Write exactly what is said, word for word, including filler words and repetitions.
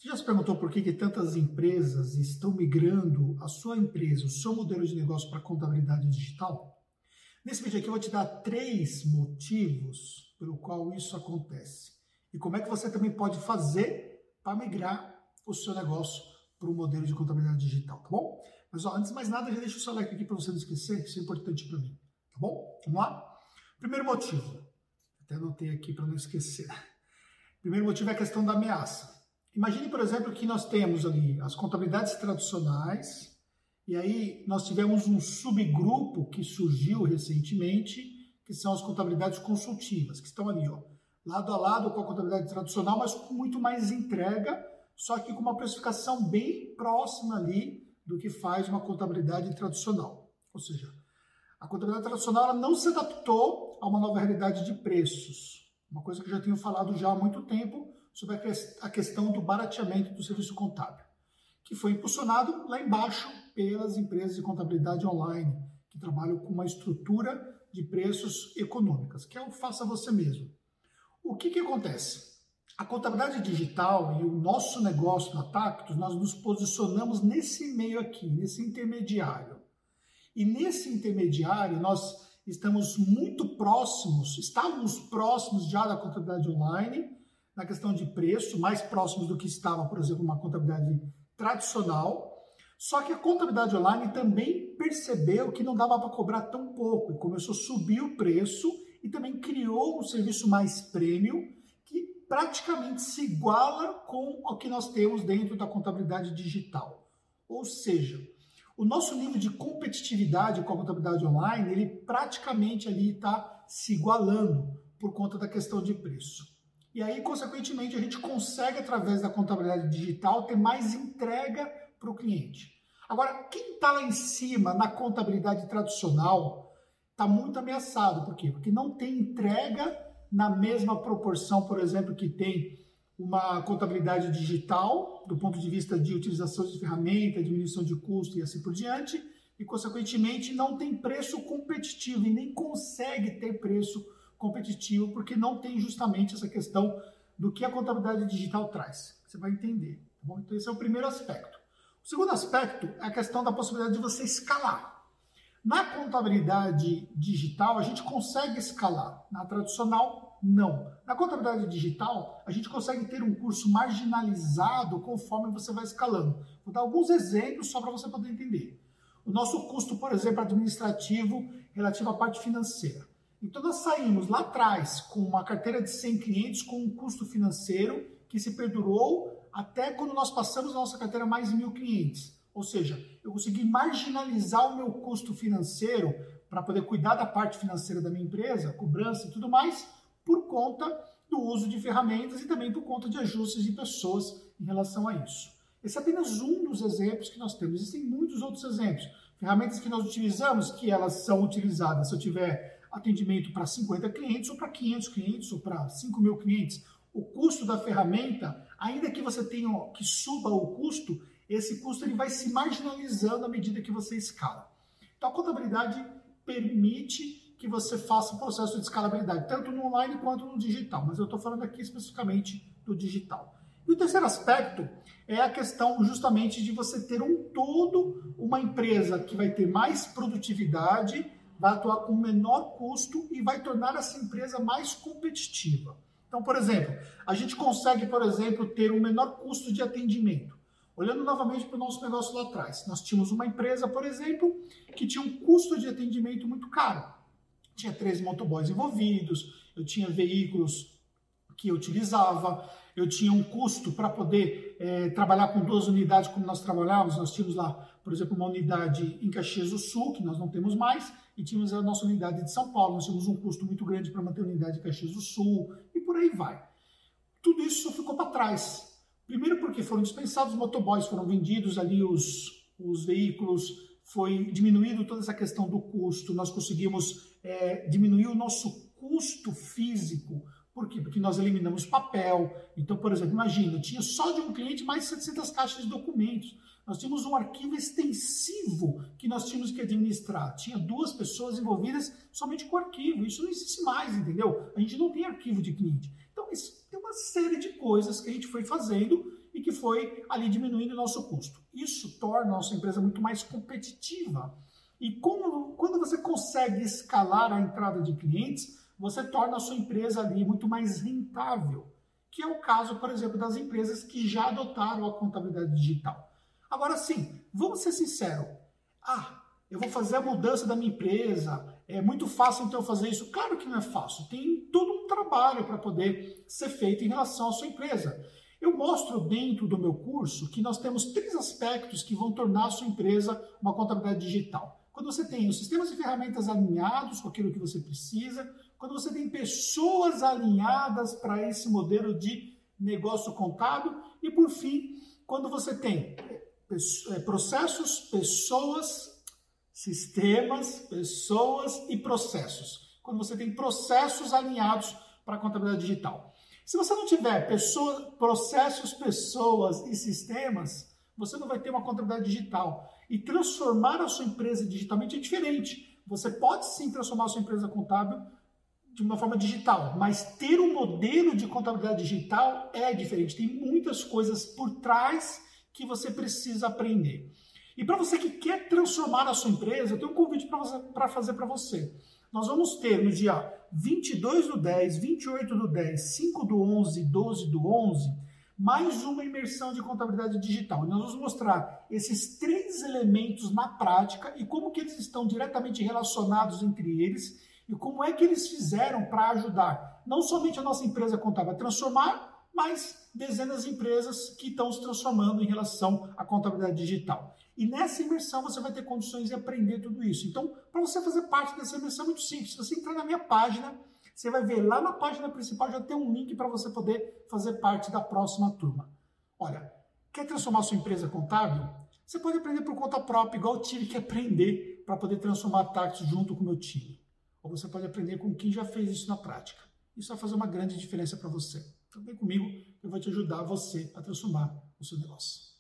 Você já se perguntou por que, que tantas empresas estão migrando a sua empresa, o seu modelo de negócio para a contabilidade digital? Nesse vídeo aqui eu vou te dar três motivos pelo qual isso acontece e como é que você também pode fazer para migrar o seu negócio para o modelo de contabilidade digital, tá bom? Mas ó, antes de mais nada, já deixa o seu like aqui para você não esquecer, isso é importante para mim, tá bom? Vamos lá? Primeiro motivo, até anotei aqui para não esquecer. Primeiro motivo é a questão da ameaça. Imagine, por exemplo, que nós temos ali as contabilidades tradicionais e aí nós tivemos um subgrupo que surgiu recentemente, que são as contabilidades consultivas, que estão ali, ó, lado a lado com a contabilidade tradicional, mas com muito mais entrega, só que com uma precificação bem próxima ali do que faz uma contabilidade tradicional. Ou seja, a contabilidade tradicional ela não se adaptou a uma nova realidade de preços, uma coisa que eu já tenho falado já há muito tempo, sobre a questão do barateamento do serviço contábil, que foi impulsionado lá embaixo pelas empresas de contabilidade online, que trabalham com uma estrutura de preços econômicas, que é o faça você mesmo. O que que acontece? A contabilidade digital e o nosso negócio na Tactus, nós nos posicionamos nesse meio aqui, nesse intermediário. E nesse intermediário nós estamos muito próximos, estávamos próximos já da contabilidade online, na questão de preço, mais próximos do que estava, por exemplo, uma contabilidade tradicional. Só que a contabilidade online também percebeu que não dava para cobrar tão pouco e começou a subir o preço e também criou um serviço mais premium que praticamente se iguala com o que nós temos dentro da contabilidade digital. Ou seja, o nosso nível de competitividade com a contabilidade online, ele praticamente ali está se igualando por conta da questão de preço. E aí, consequentemente, a gente consegue, através da contabilidade digital, ter mais entrega para o cliente. Agora, quem está lá em cima, na contabilidade tradicional, está muito ameaçado. Por quê? Porque não tem entrega na mesma proporção, por exemplo, que tem uma contabilidade digital, do ponto de vista de utilização de ferramenta, diminuição de custo e assim por diante, e, consequentemente, não tem preço competitivo e nem consegue ter preço competitivo, porque não tem justamente essa questão do que a contabilidade digital traz. Você vai entender. Tá bom? Então esse é o primeiro aspecto. O segundo aspecto é a questão da possibilidade de você escalar. Na contabilidade digital, a gente consegue escalar. Na tradicional, não. Na contabilidade digital, a gente consegue ter um curso marginalizado conforme você vai escalando. Vou dar alguns exemplos só para você poder entender. O nosso custo, por exemplo, administrativo relativo à parte financeira. Então, nós saímos lá atrás com uma carteira de cem clientes com um custo financeiro que se perdurou até quando nós passamos a nossa carteira mais de mil clientes. Ou seja, eu consegui marginalizar o meu custo financeiro para poder cuidar da parte financeira da minha empresa, cobrança e tudo mais, por conta do uso de ferramentas e também por conta de ajustes de pessoas em relação a isso. Esse é apenas um dos exemplos que nós temos. Existem muitos outros exemplos. Ferramentas que nós utilizamos, que elas são utilizadas se eu tiver atendimento para cinquenta clientes, ou para quinhentos clientes, ou para cinco mil clientes. O custo da ferramenta, ainda que você tenha que suba o custo, esse custo ele vai se marginalizando à medida que você escala. Então a contabilidade permite que você faça o processo de escalabilidade, tanto no online quanto no digital, mas eu estou falando aqui especificamente do digital. E o terceiro aspecto é a questão justamente de você ter um todo, uma empresa que vai ter mais produtividade, vai atuar com menor custo e vai tornar essa empresa mais competitiva. Então, por exemplo, a gente consegue, por exemplo, ter um menor custo de atendimento. Olhando novamente para o nosso negócio lá atrás, nós tínhamos uma empresa, por exemplo, que tinha um custo de atendimento muito caro. Tinha três motoboys envolvidos, eu tinha veículos que eu utilizava, eu tinha um custo para poder é, trabalhar com duas unidades como nós trabalhávamos. Nós tínhamos lá, por exemplo, uma unidade em Caxias do Sul, que nós não temos mais, e tínhamos a nossa unidade de São Paulo. Nós tínhamos um custo muito grande para manter a unidade de Caxias do Sul, e por aí vai. Tudo isso ficou para trás. Primeiro porque foram dispensados os motoboys, foram vendidos ali os, os veículos, foi diminuído toda essa questão do custo, nós conseguimos é, diminuir o nosso custo físico. Por quê? Porque nós eliminamos papel. Então, por exemplo, imagina, tinha só de um cliente mais de setecentas caixas de documentos. Nós tínhamos um arquivo extensivo que nós tínhamos que administrar. Tinha duas pessoas envolvidas somente com o arquivo. Isso não existe mais, entendeu? A gente não tem arquivo de cliente. Então, isso tem uma série de coisas que a gente foi fazendo e e que foi ali diminuindo o nosso custo. Isso torna a nossa empresa muito mais competitiva. E como, quando você consegue escalar a entrada de clientes, você torna a sua empresa ali muito mais rentável, que é o caso, por exemplo, das empresas que já adotaram a contabilidade digital. Agora sim, vamos ser sinceros. Ah, eu vou fazer a mudança da minha empresa, é muito fácil então fazer isso. Claro que não é fácil, tem todo um trabalho para poder ser feito em relação à sua empresa. Eu mostro dentro do meu curso que nós temos três aspectos que vão tornar a sua empresa uma contabilidade digital. Quando você tem os sistemas e ferramentas alinhados com aquilo que você precisa, quando você tem pessoas alinhadas para esse modelo de negócio contábil e, por fim, quando você tem processos, pessoas, sistemas, pessoas e processos. Quando você tem processos alinhados para a contabilidade digital. Se você não tiver pessoa, processos, pessoas e sistemas, você não vai ter uma contabilidade digital. E transformar a sua empresa digitalmente é diferente. Você pode sim transformar a sua empresa contábil de uma forma digital, mas ter um modelo de contabilidade digital é diferente. Tem muitas coisas por trás que você precisa aprender. E para você que quer transformar a sua empresa, eu tenho um convite para fazer para você. Nós vamos ter no dia vinte e dois do dez, vinte e oito do dez, cinco do onze e doze do onze, mais uma imersão de contabilidade digital. Nós vamos mostrar esses três elementos na prática e como que eles estão diretamente relacionados entre eles e como é que eles fizeram para ajudar não somente a nossa empresa contábil a transformar, mas dezenas de empresas que estão se transformando em relação à contabilidade digital. E nessa imersão você vai ter condições de aprender tudo isso. Então, para você fazer parte dessa imersão é muito simples. Se você entrar na minha página, você vai ver lá na página principal já tem um link para você poder fazer parte da próxima turma. Olha, quer transformar sua empresa contábil? Você pode aprender por conta própria, igual eu tive que aprender para poder transformar a Tactus junto com o meu time. Ou você pode aprender com quem já fez isso na prática. Isso vai fazer uma grande diferença para você. Então vem comigo, eu vou te ajudar você a transformar o seu negócio.